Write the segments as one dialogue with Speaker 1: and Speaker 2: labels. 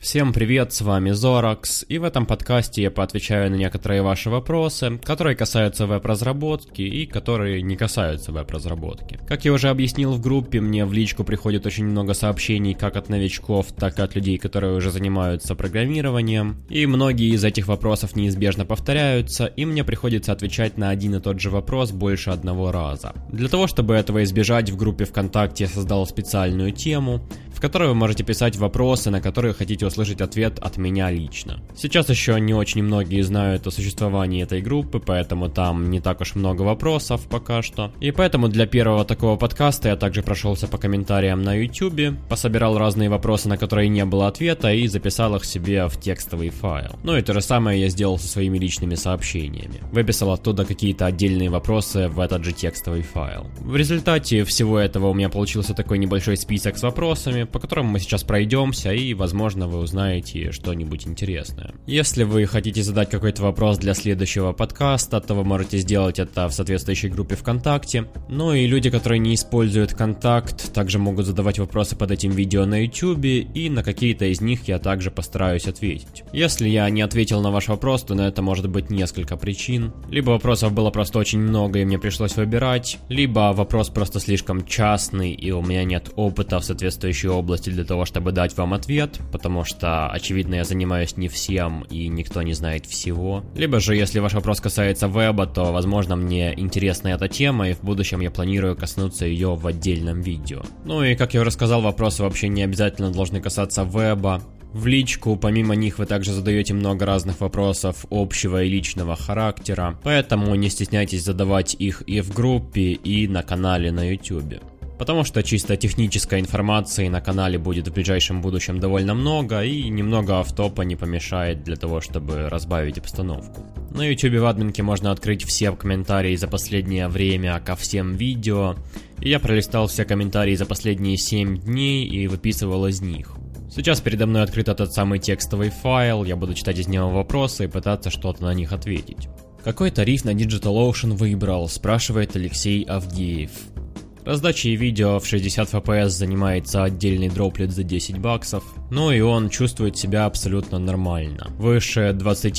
Speaker 1: Всем привет, с вами Зоракс, и в этом подкасте я поотвечаю на некоторые ваши вопросы, которые касаются веб-разработки и которые не касаются веб-разработки. Как я уже объяснил в группе, мне в личку приходит очень много сообщений как от новичков, так и от людей, которые уже занимаются программированием, и многие из этих вопросов неизбежно повторяются, и мне приходится отвечать на один и тот же вопрос больше одного раза. Для того, чтобы этого избежать, в группе ВКонтакте я создал специальную тему, в которой вы можете писать вопросы, на которые хотите услышать ответ от меня лично. Сейчас еще не очень многие знают о существовании этой группы, поэтому там не так уж много вопросов пока что. И поэтому для первого такого подкаста я также прошелся по комментариям на YouTube, пособирал разные вопросы, на которые не было ответа, и записал их себе в текстовый файл. Ну и то же самое я сделал со своими личными сообщениями. Выписал оттуда какие-то отдельные вопросы в этот же текстовый файл. В результате всего этого у меня получился такой небольшой список с вопросами, по которым мы сейчас пройдемся, и, возможно, вы узнаете что-нибудь интересное. Если вы хотите задать какой-то вопрос для следующего подкаста, то вы можете сделать это в соответствующей группе ВКонтакте. Ну и люди, которые не используют Контакт, также могут задавать вопросы под этим видео на YouTube, и на какие-то из них я также постараюсь ответить. Если я не ответил на ваш вопрос, то на это может быть несколько причин. Либо вопросов было просто очень много, и мне пришлось выбирать, либо вопрос просто слишком частный, и у меня нет опыта в соответствующей области для того, чтобы дать вам ответ, потому что, очевидно, я занимаюсь не всем, и никто не знает всего. Либо же, если ваш вопрос касается веба, то, возможно, мне интересна эта тема, и в будущем я планирую коснуться ее в отдельном видео. Ну и, как я уже сказал, вопросы вообще не обязательно должны касаться веба. В личку, помимо них, вы также задаете много разных вопросов общего и личного характера, поэтому не стесняйтесь задавать их и в группе, и на канале на YouTube. Потому что чисто технической информации на канале будет в ближайшем будущем довольно много, и немного автопа не помешает для того, чтобы разбавить обстановку. На YouTube в админке можно открыть все комментарии за последнее время ко всем видео, и я пролистал все комментарии за последние 7 дней и выписывал из них. Сейчас передо мной открыт этот самый текстовый файл, я буду читать из него вопросы и пытаться что-то на них ответить. Какой тариф на DigitalOcean выбрал, спрашивает Алексей Авдеев. Раздачей видео в 60 FPS занимается отдельный дроплет за $10, ну и он чувствует себя абсолютно нормально. Выше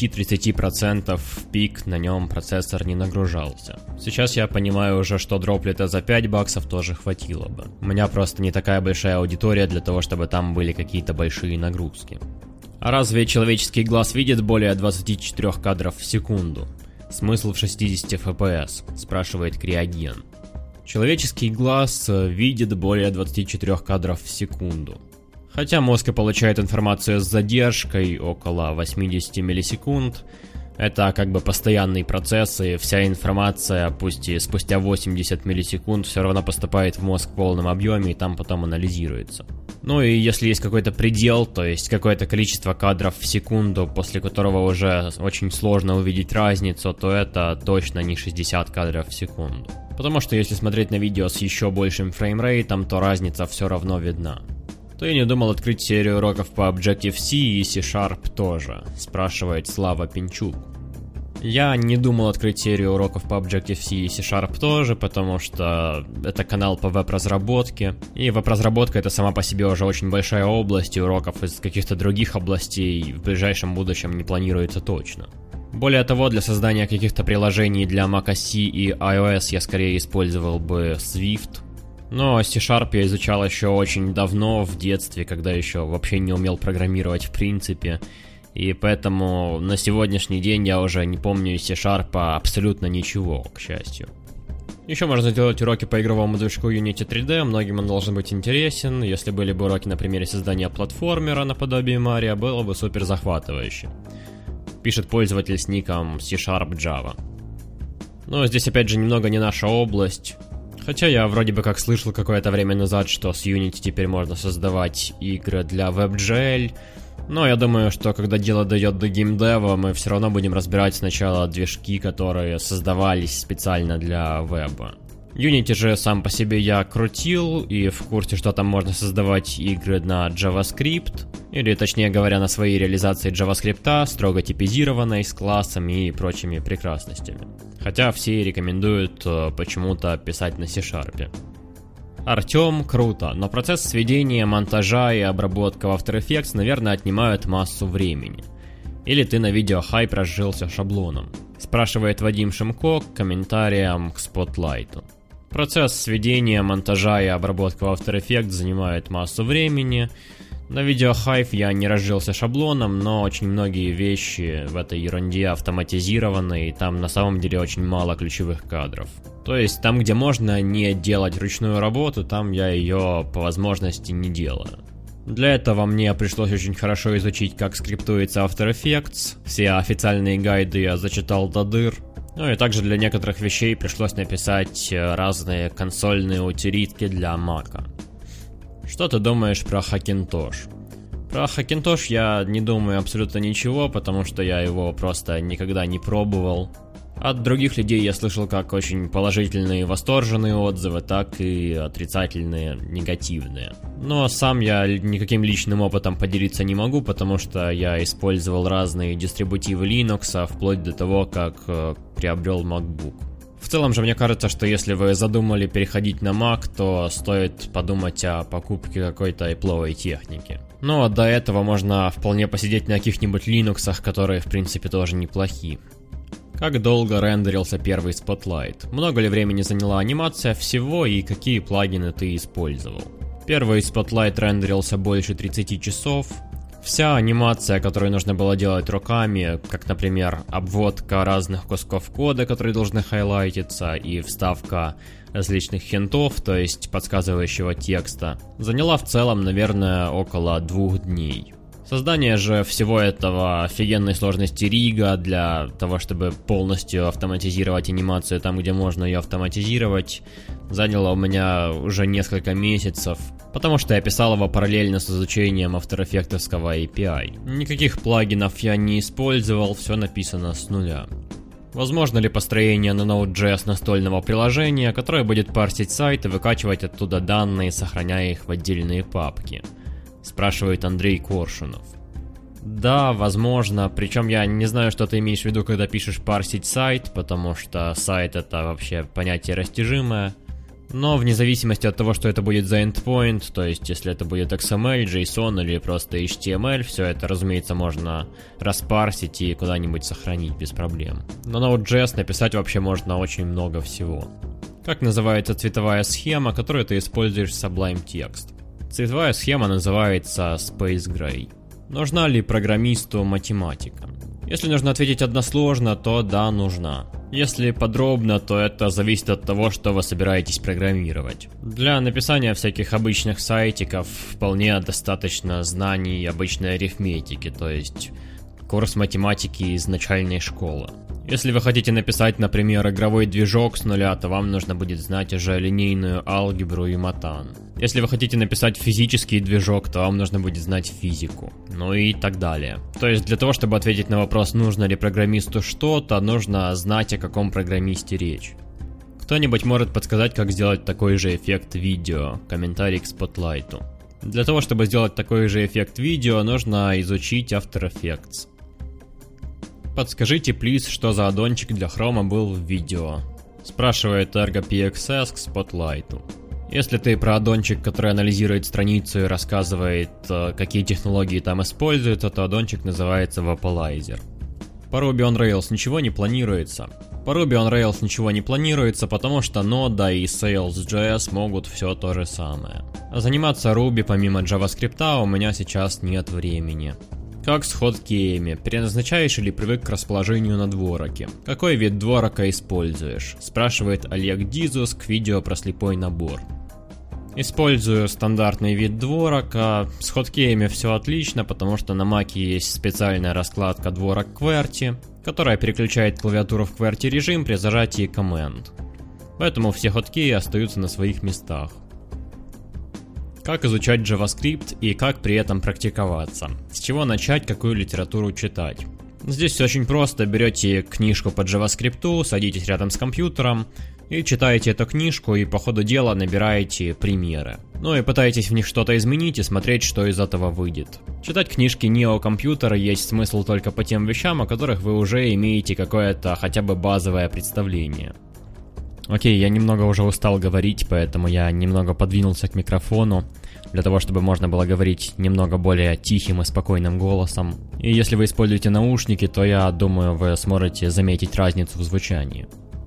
Speaker 1: 20-30% в пик на нем процессор не нагружался. Сейчас я понимаю уже, что дроплета за $5 тоже хватило бы. У меня просто не такая большая аудитория для того, чтобы там были какие-то большие нагрузки. А разве человеческий глаз видит более 24 кадров в секунду? Смысл в 60 FPS, спрашивает Криоген. Человеческий глаз видит более 24 кадров в секунду. Хотя мозг и получает информацию с задержкой около 80 миллисекунд. Это как бы постоянный процесс, и вся информация, пусть и спустя 80 миллисекунд, все равно поступает в мозг в полном объеме и там потом анализируется. Ну и если есть какой-то предел, то есть какое-то количество кадров в секунду, после которого уже очень сложно увидеть разницу, то это точно не 60 кадров в секунду. Потому что если смотреть на видео с еще большим фреймрейтом, то разница все равно видна. То я не думал открыть серию уроков по Objective-C и C-Sharp тоже, спрашивает Слава Пинчук. Я не думал открыть серию уроков по Objective-C и C-Sharp тоже, потому что это канал по веб-разработке, и веб-разработка это сама по себе уже очень большая область, и уроков из каких-то других областей в ближайшем будущем не планируется точно. Более того, для создания каких-то приложений для macOS и iOS я скорее использовал бы Swift. Но C-Sharp я изучал еще очень давно, в детстве, когда еще вообще не умел программировать в принципе. И поэтому на сегодняшний день я уже не помню из C-Sharp абсолютно ничего, к счастью. Еще можно сделать уроки по игровому движку Unity 3D, многим он должен быть интересен. Если были бы уроки на примере создания платформера наподобие Mario, было бы супер захватывающе. Пишет пользователь с ником C-Sharp Java. Но здесь опять же немного не наша область. Хотя я вроде бы как слышал какое-то время назад, что с Unity теперь можно создавать игры для WebGL. Но я думаю, что когда дело дойдет до геймдева, мы все равно будем разбирать сначала движки, которые создавались специально для веба. Unity же сам по себе я крутил и в курсе, что там можно создавать игры на JavaScript, или точнее говоря, на своей реализации JavaScript, строго типизированной, с классами и прочими прекрасностями. Хотя все рекомендуют почему-то писать на C-Sharp. Артем, круто, но процесс сведения, монтажа и обработка в After Effects, наверное, отнимают массу времени. Или ты на видео хайп разжился шаблоном? Спрашивает Вадим Шимко к комментариям к Spotlight. Процесс сведения, монтажа и обработка в After Effects занимает массу времени. На видео хайп я не разжился шаблоном, но очень многие вещи в этой ерунде автоматизированы, и там на самом деле очень мало ключевых кадров. То есть там, где можно не делать ручную работу, там я ее по возможности не делаю. Для этого мне пришлось очень хорошо изучить, как скриптуется After Effects, все официальные гайды я зачитал до дыр. Ну и также для некоторых вещей пришлось написать разные консольные утилитки для Mac. Что ты думаешь про Hackintosh? Про Hackintosh я не думаю абсолютно ничего, потому что я его просто никогда не пробовал. От других людей я слышал как очень положительные, восторженные отзывы, так и отрицательные, негативные. Но сам я никаким личным опытом поделиться не могу, потому что я использовал разные дистрибутивы Linux, вплоть до того, как приобрел MacBook. В целом же мне кажется, что если вы задумали переходить на Mac, то стоит подумать о покупке какой-то Apple'овой техники. Ну а до этого можно вполне посидеть на каких-нибудь Linux, которые в принципе тоже неплохи. Как долго рендерился первый Spotlight? Много ли времени заняла анимация всего и какие плагины ты использовал? Первый Spotlight рендерился больше 30 часов. Вся анимация, которую нужно было делать руками, как, например, обводка разных кусков кода, которые должны хайлайтиться, и вставка различных хинтов, то есть подсказывающего текста, заняла в целом, наверное, около 2 дней. Создание же всего этого офигенной сложности рига для того, чтобы полностью автоматизировать анимацию там, где можно ее автоматизировать, заняло у меня уже несколько месяцев, потому что я писал его параллельно с изучением After Effects'овского API. Никаких плагинов я не использовал, все написано с нуля. Возможно ли построение на Node.js настольного приложения, которое будет парсить сайт и выкачивать оттуда данные, сохраняя их в отдельные папки? Спрашивает Андрей Коршунов. Да, возможно, причем я не знаю, что ты имеешь в виду, когда пишешь парсить сайт, потому что сайт это вообще понятие растяжимое. Но вне зависимости от того, что это будет за endpoint, то есть если это будет XML, JSON или просто HTML, все это, разумеется, можно распарсить и куда-нибудь сохранить без проблем. На Node.js написать вообще можно очень много всего. Как называется цветовая схема, которую ты используешь в Sublime Text? Цветовая схема называется Space Gray. Нужна ли программисту математика? Если нужно ответить односложно, то да, нужна. Если подробно, то это зависит от того, что вы собираетесь программировать. Для написания всяких обычных сайтиков вполне достаточно знаний обычной арифметики, то есть курс математики из начальной школы. Если вы хотите написать, например, игровой движок с нуля, то вам нужно будет знать уже линейную алгебру и матан. Если вы хотите написать физический движок, то вам нужно будет знать физику. Ну и так далее. То есть для того, чтобы ответить на вопрос, нужно ли программисту что-то, нужно знать, о каком программисте речь. Кто-нибудь может подсказать, как сделать такой же эффект видео? Комментарий к Spotlight. Для того, чтобы сделать такой же эффект видео, нужно изучить After Effects. Подскажите, плиз, что за аддончик для хрома был в видео? Спрашивает ErgoPXS к Spotlight. Если ты про аддончик, который анализирует страницу и рассказывает, какие технологии там используются, то аддончик называется Vaporizer. По Ruby on Rails ничего не планируется. По Ruby on Rails ничего не планируется, потому что Node и Sales.js могут все то же самое. А заниматься Ruby помимо JavaScript у меня сейчас нет времени. Как с хоткеями? Переназначаешь или привык к расположению на двороке? Какой вид дворока используешь? Спрашивает Олег Дизус к видео про слепой набор. Использую стандартный вид дворока. С хоткеями все отлично, потому что на Mac есть специальная раскладка дворок QWERTY, которая переключает клавиатуру в QWERTY режим при зажатии команд. Поэтому все хоткеи остаются на своих местах. Как изучать JavaScript и как при этом практиковаться? С чего начать, какую литературу читать? Здесь все очень просто. Берете книжку по JavaScript, садитесь рядом с компьютером и читаете эту книжку, и по ходу дела набираете примеры. Ну и пытаетесь в них что-то изменить и смотреть, что из этого выйдет. Читать книжки не о компьютере есть смысл только по тем вещам, о которых вы уже имеете какое-то хотя бы базовое представление. Окей, я немного уже устал говорить, поэтому я немного подвинулся к микрофону, для того, чтобы можно было говорить немного более тихим и спокойным голосом. И если вы используете наушники, то я думаю, вы сможете заметить разницу в звучании.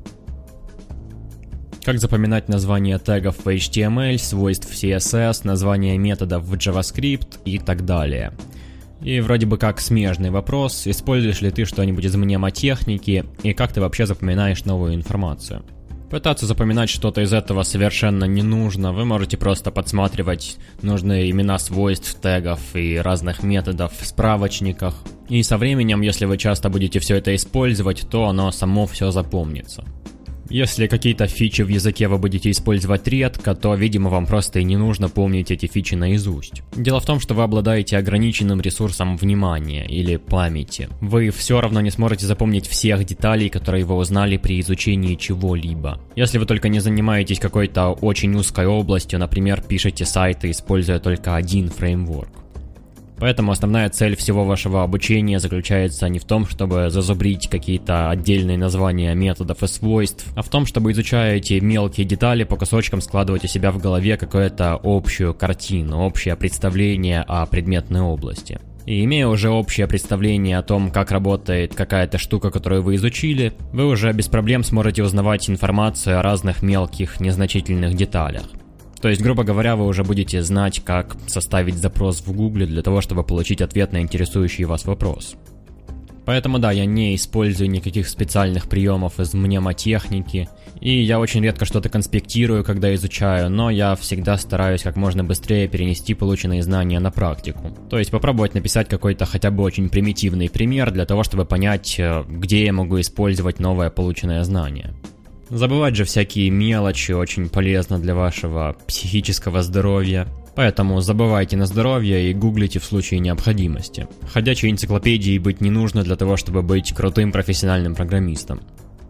Speaker 1: Как запоминать названия тегов в HTML, свойств в CSS, названия методов в JavaScript и так далее. И вроде бы как смежный вопрос, используешь ли ты что-нибудь из мнемотехники и как ты вообще запоминаешь новую информацию. Пытаться запоминать что-то из этого совершенно не нужно, вы можете просто подсматривать нужные имена свойств, тегов и разных методов в справочниках. И со временем, если вы часто будете все это использовать, то оно само все запомнится. Если какие-то фичи в языке вы будете использовать редко, то, видимо, вам просто и не нужно помнить эти фичи наизусть. Дело в том, что вы обладаете ограниченным ресурсом внимания или памяти. Вы все равно не сможете запомнить всех деталей, которые вы узнали при изучении чего-либо. Если вы только не занимаетесь какой-то очень узкой областью, например, пишете сайты, используя только один фреймворк. Поэтому основная цель всего вашего обучения заключается не в том, чтобы зазубрить какие-то отдельные названия методов и свойств, а в том, чтобы, изучая эти мелкие детали, по кусочкам складывать у себя в голове какую-то общую картину, общее представление о предметной области. И имея уже общее представление о том, как работает какая-то штука, которую вы изучили, вы уже без проблем сможете узнавать информацию о разных мелких, незначительных деталях. То есть, грубо говоря, вы уже будете знать, как составить запрос в Гугле для того, чтобы получить ответ на интересующий вас вопрос. Поэтому да, я не использую никаких специальных приемов из мнемотехники, и я очень редко что-то конспектирую, когда изучаю, но я всегда стараюсь как можно быстрее перенести полученные знания на практику. То есть попробовать написать какой-то хотя бы очень примитивный пример для того, чтобы понять, где я могу использовать новое полученное знание. Забывать же всякие мелочи очень полезно для вашего психического здоровья. Поэтому забывайте на здоровье и гуглите в случае необходимости. Ходячей энциклопедией быть не нужно для того, чтобы быть крутым профессиональным программистом.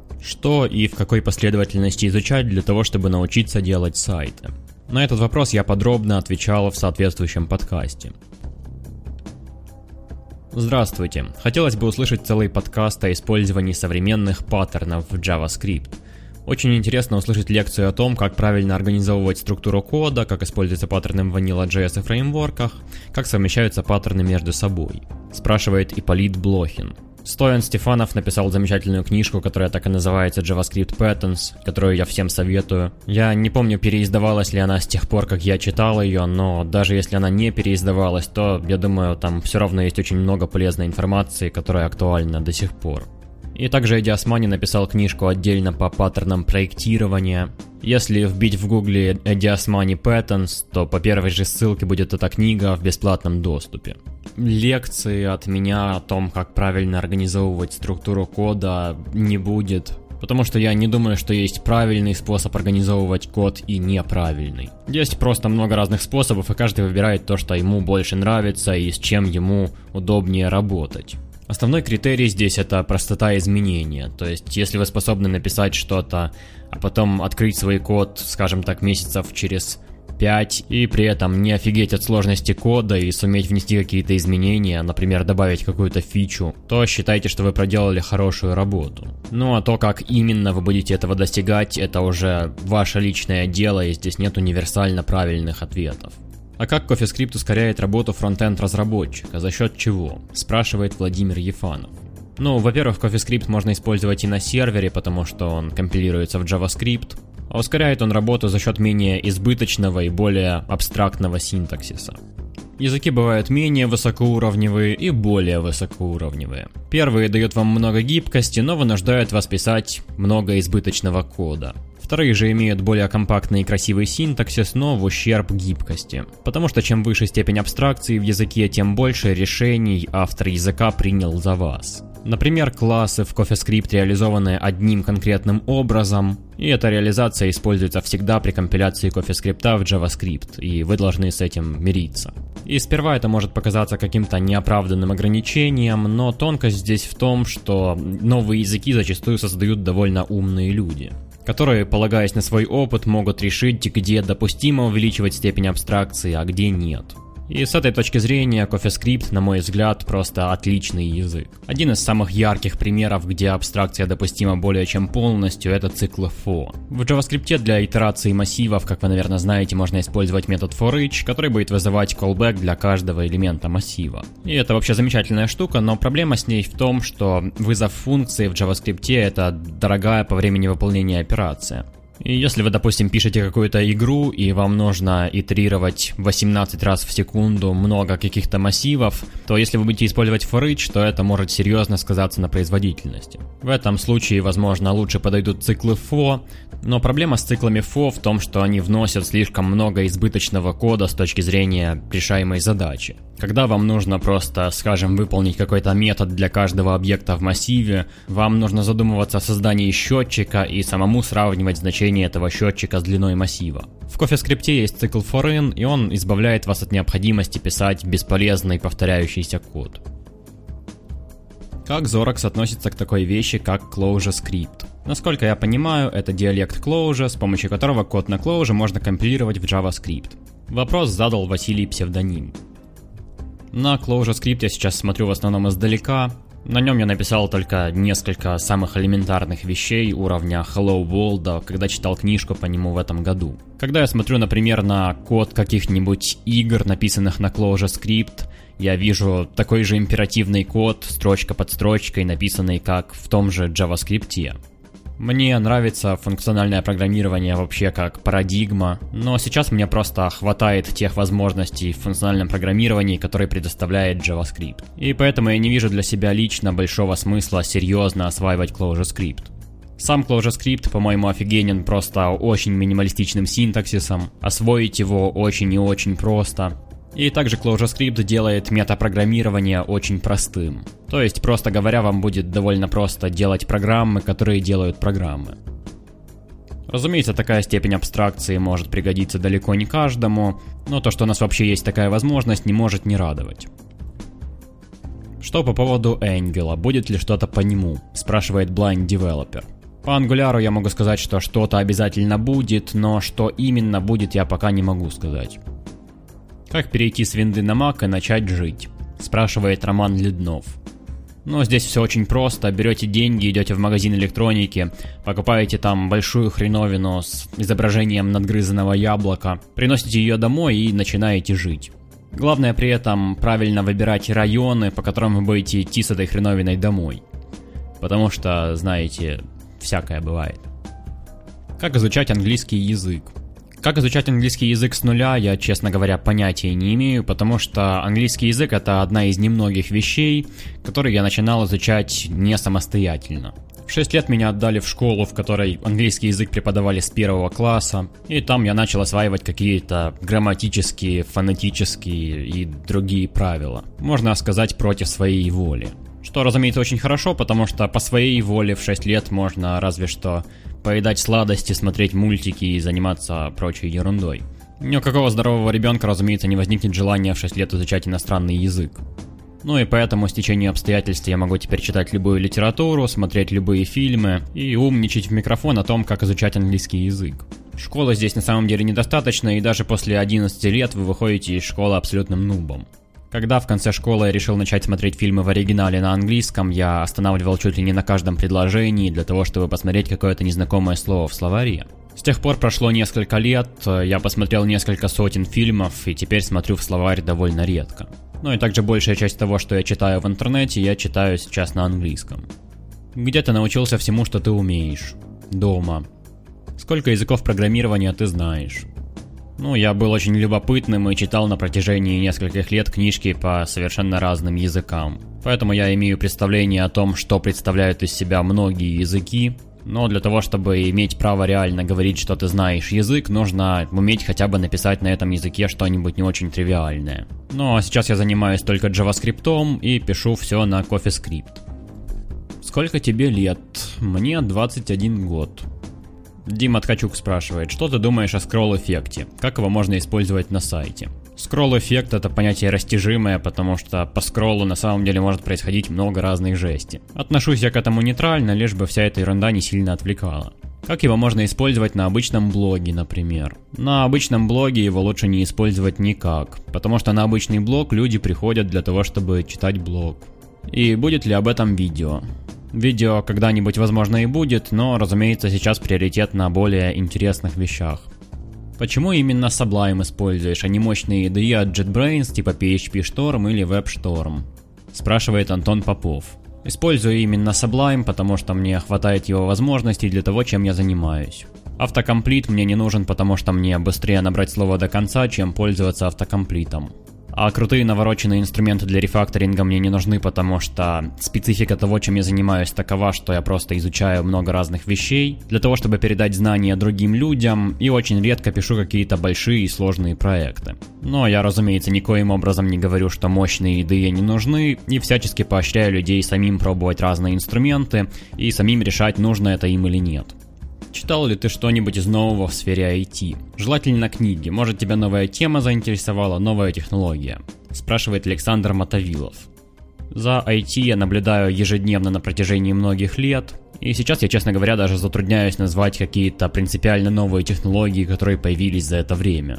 Speaker 1: Что и в какой последовательности изучать для того, чтобы научиться делать сайты? На этот вопрос я подробно отвечал в соответствующем подкасте. Здравствуйте. Хотелось бы услышать целый подкаст о использовании современных паттернов в JavaScript. Очень интересно услышать лекцию о том, как правильно организовывать структуру кода, как используются паттерны в Vanilla.js и фреймворках, как совмещаются паттерны между собой, спрашивает Ипполит Блохин. Стоян Стефанов написал замечательную книжку, которая так и называется JavaScript Patterns, которую я всем советую. Я не помню, переиздавалась ли она с тех пор, как я читал ее, но даже если она не переиздавалась, то, я думаю, там все равно есть очень много полезной информации, которая актуальна до сих пор. И также Эдди Османи написал книжку отдельно по паттернам проектирования. Если вбить в гугле Эдди Османи Patterns, то по первой же ссылке будет эта книга в бесплатном доступе. Лекции от меня о том, как правильно организовывать структуру кода, не будет. Потому что я не думаю, что есть правильный способ организовывать код и неправильный. Есть просто много разных способов, и каждый выбирает то, что ему больше нравится и с чем ему удобнее работать. Основной критерий здесь — это простота изменения, то есть если вы способны написать что-то, а потом открыть свой код, скажем так, месяцев через 5, и при этом не офигеть от сложности кода и суметь внести какие-то изменения, например, добавить какую-то фичу, то считайте, что вы проделали хорошую работу. Ну а то, как именно вы будете этого достигать, это уже ваше личное дело, и здесь нет универсально правильных ответов. А как CoffeeScript ускоряет работу фронтенд-разработчика? За счет чего? Спрашивает Владимир Ефанов. Ну, во-первых, CoffeeScript можно использовать и на сервере, потому что он компилируется в JavaScript, а ускоряет он работу за счет менее избыточного и более абстрактного синтаксиса. Языки бывают менее высокоуровневые и более высокоуровневые. Первые дают вам много гибкости, но вынуждают вас писать много избыточного кода. Вторые же имеют более компактный и красивый синтаксис, но в ущерб гибкости. Потому что чем выше степень абстракции в языке, тем больше решений автор языка принял за вас. Например, классы в CoffeeScript реализованы одним конкретным образом, и эта реализация используется всегда при компиляции CoffeeScript в JavaScript, и вы должны с этим мириться. И сперва это может показаться каким-то неоправданным ограничением, но тонкость здесь в том, что новые языки зачастую создают довольно умные люди, которые, полагаясь на свой опыт, могут решить, где допустимо увеличивать степень абстракции, а где нет. И с этой точки зрения CoffeeScript, на мой взгляд, просто отличный язык. Один из самых ярких примеров, где абстракция допустима более чем полностью, это циклы for. В JavaScript для итерации массивов, как вы, наверное, знаете, можно использовать метод forEach, который будет вызывать callback для каждого элемента массива. И это вообще замечательная штука, но проблема с ней в том, что вызов функции в JavaScript это дорогая по времени выполнения операция. И если вы, допустим, пишете какую-то игру, и вам нужно итерировать 18 раз в секунду много каких-то массивов, то если вы будете использовать forEach, то это может серьезно сказаться на производительности. В этом случае, возможно, лучше подойдут циклы for, но проблема с циклами for в том, что они вносят слишком много избыточного кода с точки зрения решаемой задачи. Когда вам нужно просто, скажем, выполнить какой-то метод для каждого объекта в массиве, вам нужно задумываться о создании счетчика и самому сравнивать значение этого счетчика с длиной массива. В CoffeeScript есть цикл forIn, и он избавляет вас от необходимости писать бесполезный повторяющийся код. Как Zorax относится к такой вещи, как ClojureScript? Насколько я понимаю, это диалект Clojure, с помощью которого код на Clojure можно компилировать в JavaScript. Вопрос задал Василий Псевдоним. На ClojureScript я сейчас смотрю в основном издалека. На нем я написал только несколько самых элементарных вещей уровня Hello World, когда читал книжку по нему в этом году. Когда я смотрю, например, на код каких-нибудь игр, написанных на ClojureScript, я вижу такой же императивный код, строчка под строчкой, написанный как в том же JavaScript. Мне нравится функциональное программирование вообще как парадигма, но сейчас мне просто хватает тех возможностей в функциональном программировании, которые предоставляет JavaScript. И поэтому я не вижу для себя лично большого смысла серьезно осваивать ClojureScript. Сам ClojureScript, по-моему, офигенен просто очень минималистичным синтаксисом, освоить его очень и очень просто. И также ClojureScript делает метапрограммирование очень простым. То есть, просто говоря, вам будет довольно просто делать программы, которые делают программы. Разумеется, такая степень абстракции может пригодиться далеко не каждому, но то, что у нас вообще есть такая возможность, не может не радовать. Что по поводу Angular? Будет ли что-то по нему? Спрашивает Blind Developer. По Angular я могу сказать, что что-то обязательно будет, но что именно будет, я пока не могу сказать. Как перейти с винды на Mac и начать жить? Спрашивает Роман Леднов. Ну, здесь все очень просто. Берете деньги, идете в магазин электроники, покупаете там большую хреновину с изображением надгрызанного яблока, приносите ее домой и начинаете жить. Главное при этом правильно выбирать районы, по которым вы будете идти с этой хреновиной домой. Потому что, знаете, всякое бывает. Как изучать английский язык? Как изучать английский язык с нуля, я, честно говоря, понятия не имею, потому что английский язык — это одна из немногих вещей, которые я начинал изучать не самостоятельно. В 6 лет меня отдали в школу, в которой английский язык преподавали с 1 класса, и там я начал осваивать какие-то грамматические, фонетические и другие правила. Можно сказать, против своей воли. Что, разумеется, очень хорошо, потому что по своей воле в 6 лет можно разве что поедать сладости, смотреть мультики и заниматься прочей ерундой. Ни у какого здорового ребенка, разумеется, не возникнет желания в 6 лет изучать иностранный язык. Ну и поэтому с течением обстоятельств я могу теперь читать любую литературу, смотреть любые фильмы и умничать в микрофон о том, как изучать английский язык. Школы здесь на самом деле недостаточно, и даже после 11 лет вы выходите из школы абсолютным нубом. Когда в конце школы я решил начать смотреть фильмы в оригинале на английском, я останавливал чуть ли не на каждом предложении для того, чтобы посмотреть какое-то незнакомое слово в словаре. С тех пор прошло несколько лет, я посмотрел несколько сотен фильмов и теперь смотрю в словарь довольно редко. Ну и также большая часть того, что я читаю в интернете, я читаю сейчас на английском. Где ты научился всему, что ты умеешь? Дома. Сколько языков программирования ты знаешь? Ну, я был очень любопытным и читал на протяжении нескольких лет книжки по совершенно разным языкам. Поэтому я имею представление о том, что представляют из себя многие языки. Но для того, чтобы иметь право реально говорить, что ты знаешь язык, нужно уметь хотя бы написать на этом языке что-нибудь не очень тривиальное. Ну, а сейчас я занимаюсь только JavaScript и пишу все на CoffeeScript. Сколько тебе лет? Мне 21 год. Дима Ткачук спрашивает, что ты думаешь о скролл-эффекте? Как его можно использовать на сайте? Скролл-эффект — это понятие растяжимое, потому что по скроллу на самом деле может происходить много разных жести. Отношусь я к этому нейтрально, лишь бы вся эта ерунда не сильно отвлекала. Как его можно использовать на обычном блоге, например? На обычном блоге его лучше не использовать никак, потому что на обычный блог люди приходят для того, чтобы читать блог. И будет ли об этом видео? Видео когда-нибудь, возможно, и будет, но, разумеется, сейчас приоритет на более интересных вещах. Почему именно Sublime используешь, а не мощные IDE от JetBrains типа PHP Storm или WebStorm? Спрашивает Антон Попов. Использую именно Sublime, потому что мне хватает его возможностей для того, чем я занимаюсь. Автокомплит мне не нужен, потому что мне быстрее набрать слово до конца, чем пользоваться автокомплитом. А крутые навороченные инструменты для рефакторинга мне не нужны, потому что специфика того, чем я занимаюсь, такова, что я просто изучаю много разных вещей для того, чтобы передать знания другим людям, и очень редко пишу какие-то большие и сложные проекты. Но я, разумеется, никоим образом не говорю, что мощные IDE не нужны, и всячески поощряю людей самим пробовать разные инструменты и самим решать, нужно это им или нет. Читал ли ты что-нибудь из нового в сфере IT? Желательно книги, может тебя новая тема заинтересовала, новая технология? Спрашивает Александр Мотовилов. За IT я наблюдаю ежедневно на протяжении многих лет, и сейчас я, честно говоря, даже затрудняюсь назвать какие-то принципиально новые технологии, которые появились за это время.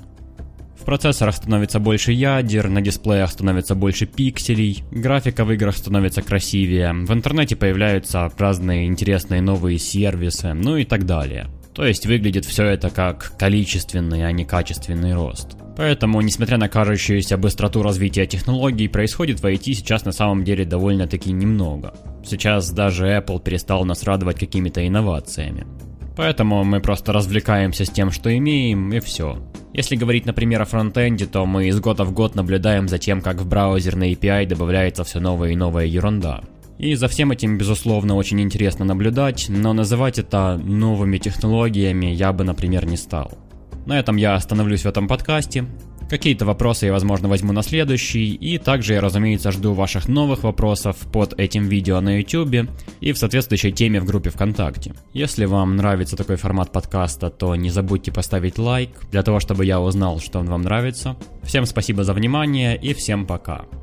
Speaker 1: В процессорах становится больше ядер, на дисплеях становится больше пикселей, графика в играх становится красивее, в интернете появляются разные интересные новые сервисы, ну и так далее. То есть выглядит все это как количественный, а не качественный рост. Поэтому, несмотря на кажущуюся быстроту развития технологий, происходит в IT сейчас на самом деле довольно-таки немного. Сейчас даже Apple перестал нас радовать какими-то инновациями. Поэтому мы просто развлекаемся с тем, что имеем, и все. Если говорить, например, о фронтенде, то мы из года в год наблюдаем за тем, как в браузер на API добавляется все новая и новая ерунда. И за всем этим, безусловно, очень интересно наблюдать, но называть это новыми технологиями я бы, например, не стал. На этом я остановлюсь в этом подкасте. Какие-то вопросы я, возможно, возьму на следующий, и также я, разумеется, жду ваших новых вопросов под этим видео на YouTube и в соответствующей теме в группе ВКонтакте. Если вам нравится такой формат подкаста, то не забудьте поставить лайк, для того, чтобы я узнал, что он вам нравится. Всем спасибо за внимание и всем пока.